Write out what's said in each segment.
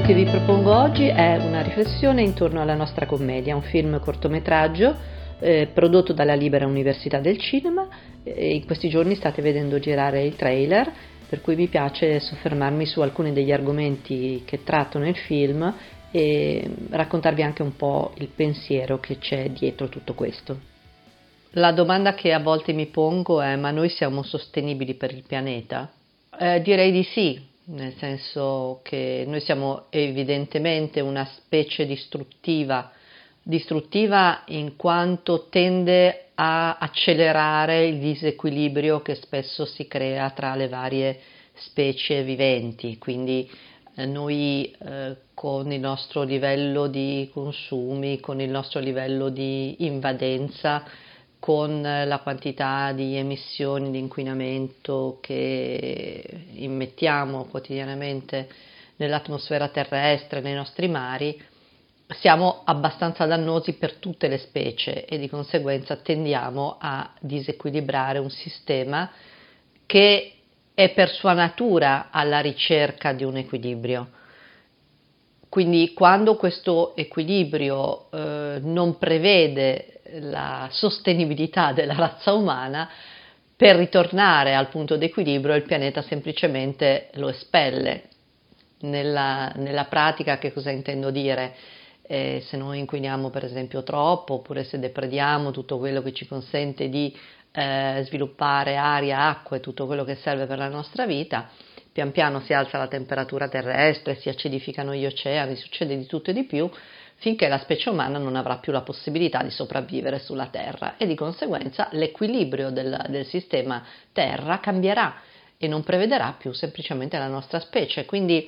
che vi propongo oggi è una riflessione intorno alla nostra commedia, un film cortometraggio prodotto dalla Libera Università del Cinema, e in questi giorni state vedendo girare il trailer, per cui mi piace soffermarmi su alcuni degli argomenti che tratto nel film e raccontarvi anche un po' il pensiero che c'è dietro tutto questo. La domanda che a volte mi pongo è: ma noi siamo sostenibili per il pianeta? Direi di sì. Nel senso che noi siamo evidentemente una specie distruttiva in quanto tende a accelerare il disequilibrio che spesso si crea tra le varie specie viventi, quindi noi con il nostro livello di consumi, con il nostro livello di invadenza, con la quantità di emissioni di inquinamento che immettiamo quotidianamente nell'atmosfera terrestre, nei nostri mari, siamo abbastanza dannosi per tutte le specie e di conseguenza tendiamo a disequilibrare un sistema che è per sua natura alla ricerca di un equilibrio. Quindi quando questo equilibrio non prevede la sostenibilità della razza umana, per ritornare al punto di equilibrio il pianeta semplicemente lo espelle. Nella pratica che cosa intendo dire? Se noi inquiniamo per esempio troppo, oppure se deprediamo tutto quello che ci consente di sviluppare aria, acqua e tutto quello che serve per la nostra vita, pian piano si alza la temperatura terrestre, si acidificano gli oceani, succede di tutto e di più, finché la specie umana non avrà più la possibilità di sopravvivere sulla Terra e di conseguenza l'equilibrio del sistema Terra cambierà e non prevederà più semplicemente la nostra specie. Quindi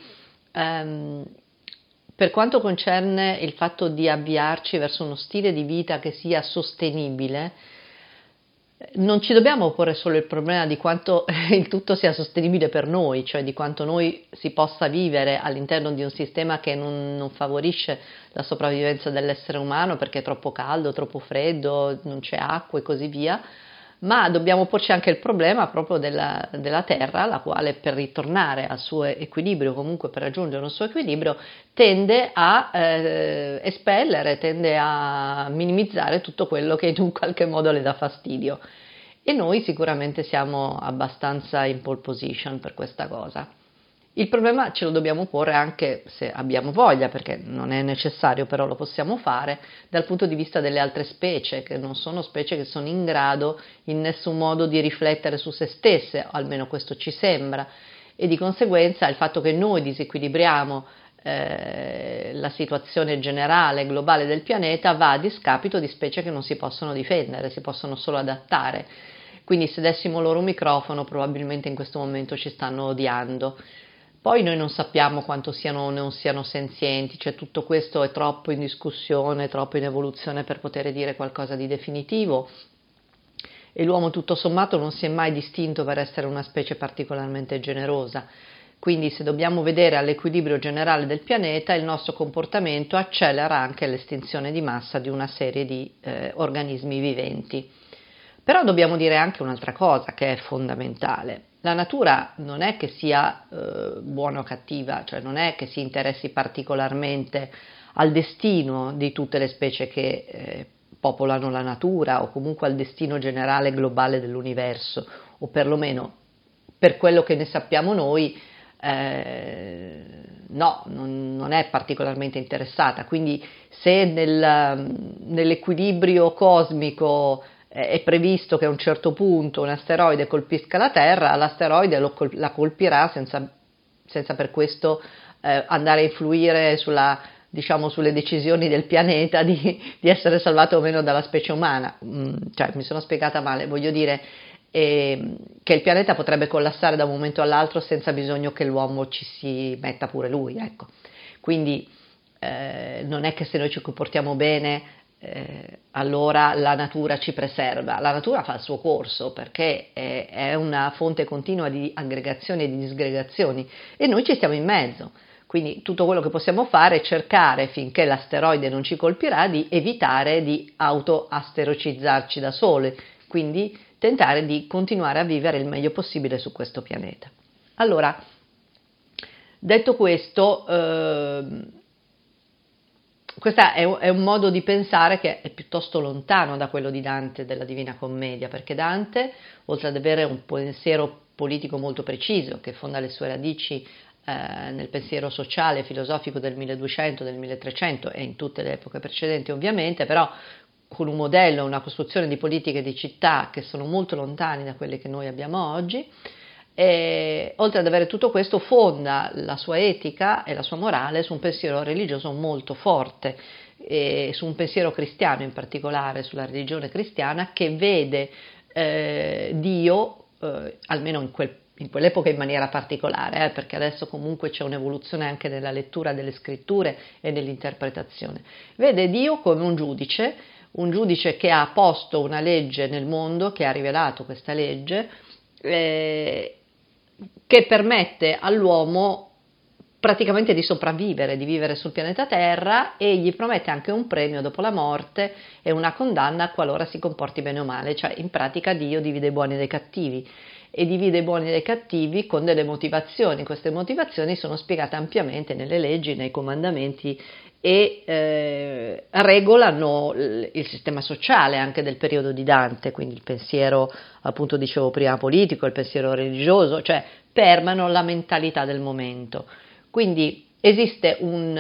per quanto concerne il fatto di avviarci verso uno stile di vita che sia sostenibile, non ci dobbiamo porre solo il problema di quanto il tutto sia sostenibile per noi, cioè di quanto noi si possa vivere all'interno di un sistema che non favorisce la sopravvivenza dell'essere umano perché è troppo caldo, troppo freddo, non c'è acqua e così via, ma dobbiamo porci anche il problema proprio della Terra, la quale per ritornare al suo equilibrio, comunque per raggiungere un suo equilibrio, tende a espellere, tende a minimizzare tutto quello che in un qualche modo le dà fastidio. E noi sicuramente siamo abbastanza in pole position per questa cosa. Il problema ce lo dobbiamo porre anche se abbiamo voglia, perché non è necessario, però lo possiamo fare, dal punto di vista delle altre specie, che non sono specie che sono in grado in nessun modo di riflettere su se stesse, o almeno questo ci sembra, e di conseguenza il fatto che noi disequilibriamo la situazione generale, globale del pianeta va a discapito di specie che non si possono difendere, si possono solo adattare. Quindi se dessimo loro un microfono probabilmente in questo momento ci stanno odiando. Poi noi non sappiamo quanto siano o non siano senzienti, cioè tutto questo è troppo in discussione, troppo in evoluzione per poter dire qualcosa di definitivo, e l'uomo tutto sommato non si è mai distinto per essere una specie particolarmente generosa. Quindi se dobbiamo vedere all'equilibrio generale del pianeta, il nostro comportamento accelera anche l'estinzione di massa di una serie di organismi viventi. Però dobbiamo dire anche un'altra cosa che è fondamentale. La natura non è che sia buona o cattiva, cioè non è che si interessi particolarmente al destino di tutte le specie che popolano la natura o comunque al destino generale globale dell'universo, o perlomeno per quello che ne sappiamo noi, no, non è particolarmente interessata. Quindi se nell'equilibrio cosmico è previsto che a un certo punto un asteroide colpisca la Terra, l'asteroide la colpirà senza per questo andare a influire sulle decisioni del pianeta di essere salvato o meno dalla specie umana. Cioè, mi sono spiegata male, voglio dire che il pianeta potrebbe collassare da un momento all'altro senza bisogno che l'uomo ci si metta pure lui, ecco. Quindi non è che se noi ci comportiamo bene allora la natura ci preserva. La natura fa il suo corso perché è una fonte continua di aggregazioni e di disgregazioni e noi ci stiamo in mezzo. Quindi tutto quello che possiamo fare è cercare, finché l'asteroide non ci colpirà, di evitare di autoasterocizzarci da sole, quindi tentare di continuare a vivere il meglio possibile su questo pianeta. Allora, Detto questo, questo è un modo di pensare che è piuttosto lontano da quello di Dante della Divina Commedia, perché Dante, oltre ad avere un pensiero politico molto preciso, che fonda le sue radici nel pensiero sociale e filosofico del 1200, del 1300 e in tutte le epoche precedenti ovviamente, però con un modello, una costruzione di politiche di città che sono molto lontani da quelle che noi abbiamo oggi, e, oltre ad avere tutto questo, fonda la sua etica e la sua morale su un pensiero religioso molto forte, e su un pensiero cristiano in particolare, sulla religione cristiana, che vede Dio, almeno in quell'epoca in maniera particolare, perché adesso comunque c'è un'evoluzione anche nella lettura delle scritture e nell'interpretazione, vede Dio come un giudice che ha posto una legge nel mondo, che ha rivelato questa legge, che permette all'uomo praticamente di sopravvivere, di vivere sul pianeta Terra, e gli promette anche un premio dopo la morte e una condanna qualora si comporti bene o male, cioè in pratica Dio divide i buoni dai cattivi, e divide i buoni dai cattivi con delle motivazioni. Queste motivazioni sono spiegate ampiamente nelle leggi, nei comandamenti, e regolano il sistema sociale anche del periodo di Dante, quindi il pensiero, appunto dicevo prima, politico, il pensiero religioso, cioè permano la mentalità del momento. Quindi esiste un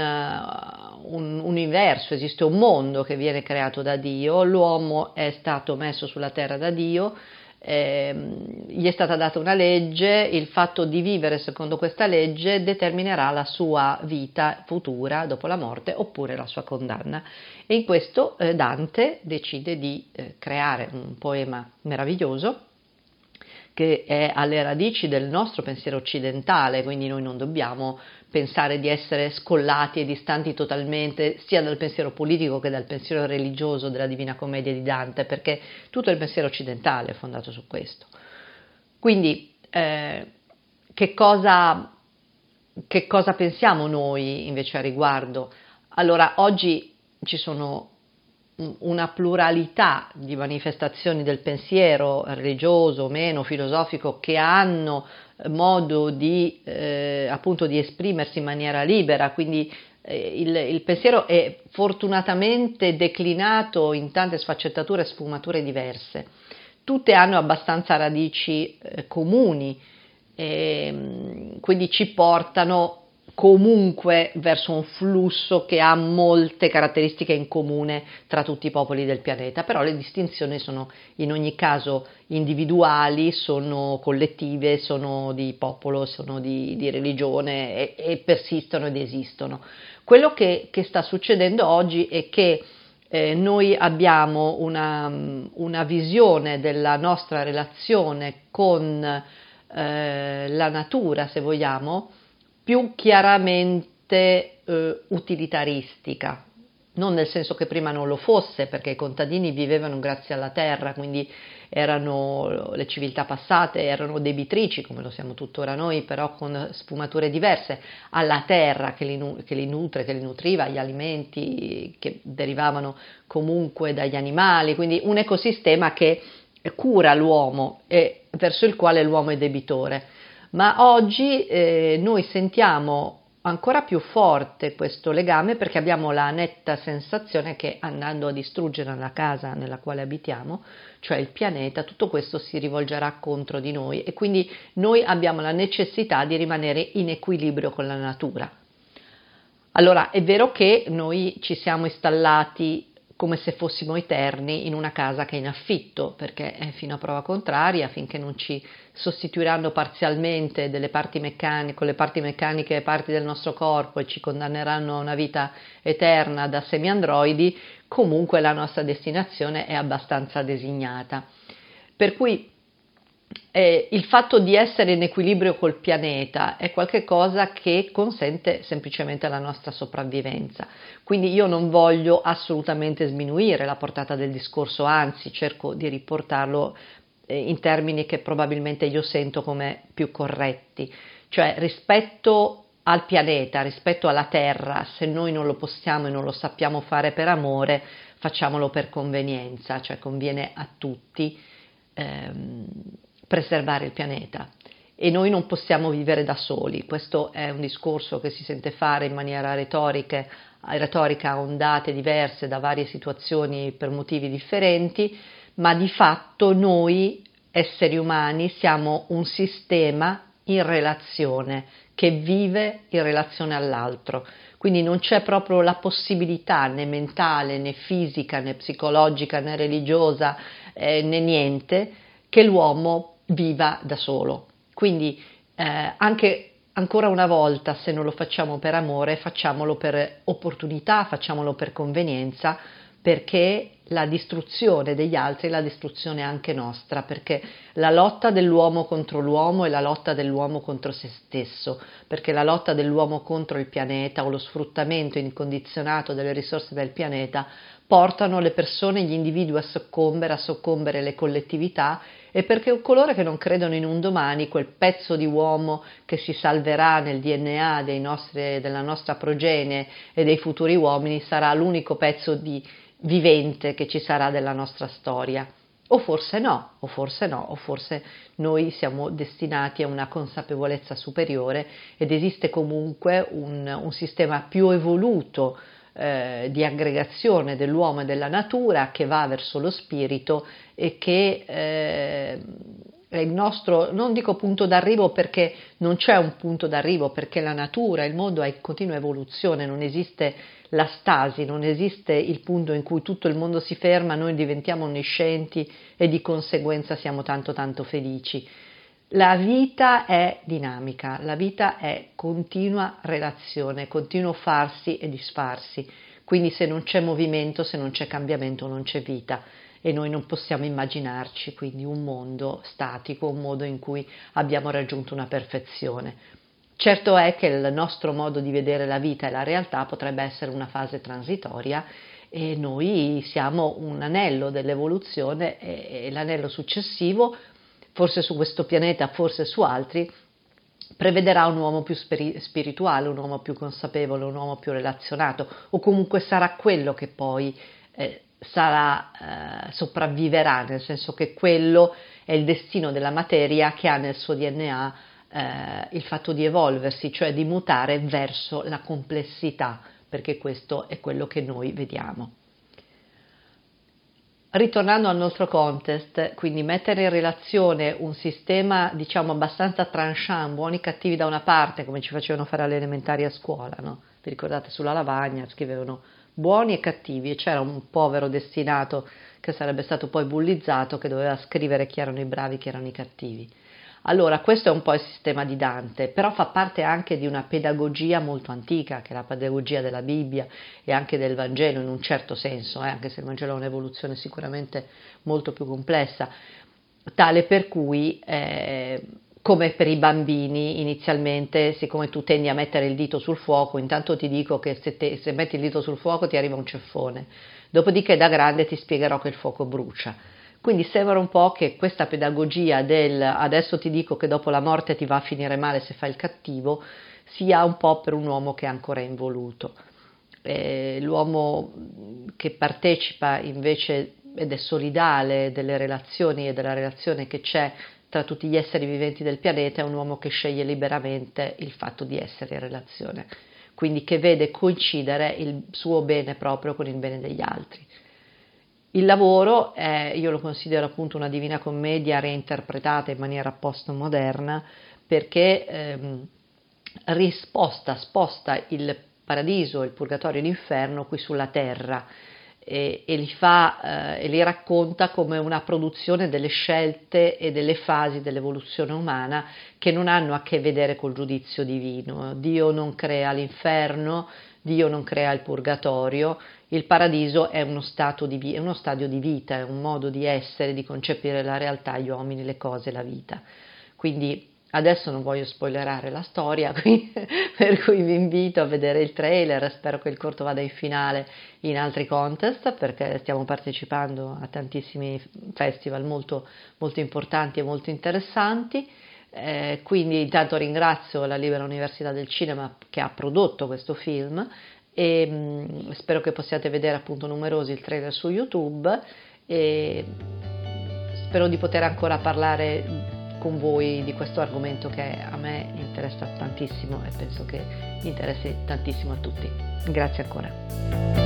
universo, esiste un mondo che viene creato da Dio, l'uomo è stato messo sulla terra da Dio, gli è stata data una legge, il fatto di vivere secondo questa legge determinerà la sua vita futura dopo la morte oppure la sua condanna, e in questo Dante decide di creare un poema meraviglioso che è alle radici del nostro pensiero occidentale, quindi noi non dobbiamo pensare di essere scollati e distanti totalmente sia dal pensiero politico che dal pensiero religioso della Divina Commedia di Dante, perché tutto il pensiero occidentale è fondato su questo. Quindi che cosa pensiamo noi invece a riguardo? Allora, oggi ci sono una pluralità di manifestazioni del pensiero religioso o meno, filosofico, che hanno modo di appunto di esprimersi in maniera libera, quindi il pensiero è fortunatamente declinato in tante sfaccettature e sfumature diverse. Tutte hanno abbastanza radici comuni, quindi ci portano comunque verso un flusso che ha molte caratteristiche in comune tra tutti i popoli del pianeta, però le distinzioni sono in ogni caso individuali, sono collettive, sono di popolo, sono di religione, e persistono ed esistono. Quello che sta succedendo oggi è che noi abbiamo una visione della nostra relazione con la natura, se vogliamo, più chiaramente utilitaristica, non nel senso che prima non lo fosse, perché i contadini vivevano grazie alla terra, quindi erano le civiltà passate, erano debitrici come lo siamo tuttora noi, però con sfumature diverse, alla terra che li nutre, che li nutriva, agli alimenti che derivavano comunque dagli animali, quindi un ecosistema che cura l'uomo e verso il quale l'uomo è debitore. Ma oggi noi sentiamo ancora più forte questo legame, perché abbiamo la netta sensazione che, andando a distruggere la casa nella quale abitiamo, cioè il pianeta, tutto questo si rivolgerà contro di noi, e quindi noi abbiamo la necessità di rimanere in equilibrio con la natura. Allora, è vero che noi ci siamo installati come se fossimo eterni in una casa che è in affitto, perché fino a prova contraria, finché non ci sostituiranno parzialmente delle parti meccaniche, con le parti meccaniche parti del nostro corpo, e ci condanneranno a una vita eterna da semi-androidi, comunque la nostra destinazione è abbastanza designata. Per cui il fatto di essere in equilibrio col pianeta è qualcosa che consente semplicemente la nostra sopravvivenza. Quindi io non voglio assolutamente sminuire la portata del discorso, anzi cerco di riportarlo in termini che probabilmente io sento come più corretti, cioè rispetto al pianeta, rispetto alla Terra, se noi non lo possiamo e non lo sappiamo fare per amore, facciamolo per convenienza, cioè conviene a tutti preservare il pianeta. e noi non possiamo vivere da soli. Questo è un discorso che si sente fare in maniera retorica a ondate diverse da varie situazioni per motivi differenti, ma di fatto noi esseri umani siamo un sistema in relazione, che vive in relazione all'altro. Quindi non c'è proprio la possibilità né mentale, né fisica, né psicologica, né religiosa, né niente, che l'uomo viva da solo. Quindi anche ancora una volta, se non lo facciamo per amore, facciamolo per opportunità, facciamolo per convenienza, perché la distruzione degli altri è la distruzione anche nostra, perché la lotta dell'uomo contro l'uomo è la lotta dell'uomo contro se stesso, perché la lotta dell'uomo contro il pianeta o lo sfruttamento incondizionato delle risorse del pianeta portano le persone, gli individui a soccombere le collettività, e perché coloro che non credono in un domani, quel pezzo di uomo che si salverà nel DNA della nostra progenie e dei futuri uomini sarà l'unico pezzo di vivente che ci sarà della nostra storia. O forse no, o forse noi siamo destinati a una consapevolezza superiore ed esiste comunque un sistema più evoluto di aggregazione dell'uomo e della natura che va verso lo spirito e che è il nostro, non dico punto d'arrivo perché non c'è un punto d'arrivo, perché la natura, il mondo è in continua evoluzione, non esiste la stasi, non esiste il punto in cui tutto il mondo si ferma, noi diventiamo onniscienti e di conseguenza siamo tanto felici. La vita è dinamica, la vita è continua relazione, continuo farsi e disfarsi, quindi se non c'è movimento, se non c'è cambiamento non c'è vita e noi non possiamo immaginarci quindi un mondo statico, un mondo in cui abbiamo raggiunto una perfezione. Certo è che il nostro modo di vedere la vita e la realtà potrebbe essere una fase transitoria e noi siamo un anello dell'evoluzione e l'anello successivo, forse su questo pianeta, forse su altri, prevederà un uomo più spirituale, un uomo più consapevole, un uomo più relazionato, o comunque sarà quello che poi sopravviverà, nel senso che quello è il destino della materia che ha nel suo DNA il fatto di evolversi, cioè di mutare verso la complessità, perché questo è quello che noi vediamo. Ritornando al nostro contest, quindi mettere in relazione un sistema diciamo abbastanza tranchant, buoni e cattivi da una parte, come ci facevano fare alle elementari a scuola, no? Vi ricordate, sulla lavagna scrivevano buoni e cattivi e c'era un povero destinato che sarebbe stato poi bullizzato che doveva scrivere chi erano i bravi e chi erano i cattivi. Allora, questo è un po' il sistema di Dante, però fa parte anche di una pedagogia molto antica, che è la pedagogia della Bibbia e anche del Vangelo in un certo senso, anche se il Vangelo ha un'evoluzione sicuramente molto più complessa, tale per cui, come per i bambini, inizialmente, siccome tu tendi a mettere il dito sul fuoco, intanto ti dico che se metti il dito sul fuoco ti arriva un ceffone, dopodiché da grande ti spiegherò che il fuoco brucia. Quindi sembra un po' che questa pedagogia del adesso ti dico che dopo la morte ti va a finire male se fai il cattivo sia un po' per un uomo che è ancora involuto. L'uomo che partecipa invece ed è solidale delle relazioni e della relazione che c'è tra tutti gli esseri viventi del pianeta è un uomo che sceglie liberamente il fatto di essere in relazione, quindi che vede coincidere il suo bene proprio con il bene degli altri. Il lavoro io lo considero appunto una Divina Commedia reinterpretata in maniera postmoderna perché sposta il paradiso, il purgatorio e l'inferno qui sulla terra e li racconta come una produzione delle scelte e delle fasi dell'evoluzione umana che non hanno a che vedere col giudizio divino. Dio non crea l'inferno, Dio non crea il purgatorio, il paradiso è uno stadio di vita, è un modo di essere, di concepire la realtà, gli uomini, le cose, la vita. Quindi adesso non voglio spoilerare la storia, per cui vi invito a vedere il trailer, spero che il corto vada in finale in altri contest perché stiamo partecipando a tantissimi festival molto, molto importanti e molto interessanti. Quindi intanto ringrazio la Libera Università del Cinema che ha prodotto questo film e spero che possiate vedere appunto numerosi il trailer su YouTube e spero di poter ancora parlare con voi di questo argomento che a me interessa tantissimo e penso che interessi tantissimo a tutti. Grazie ancora.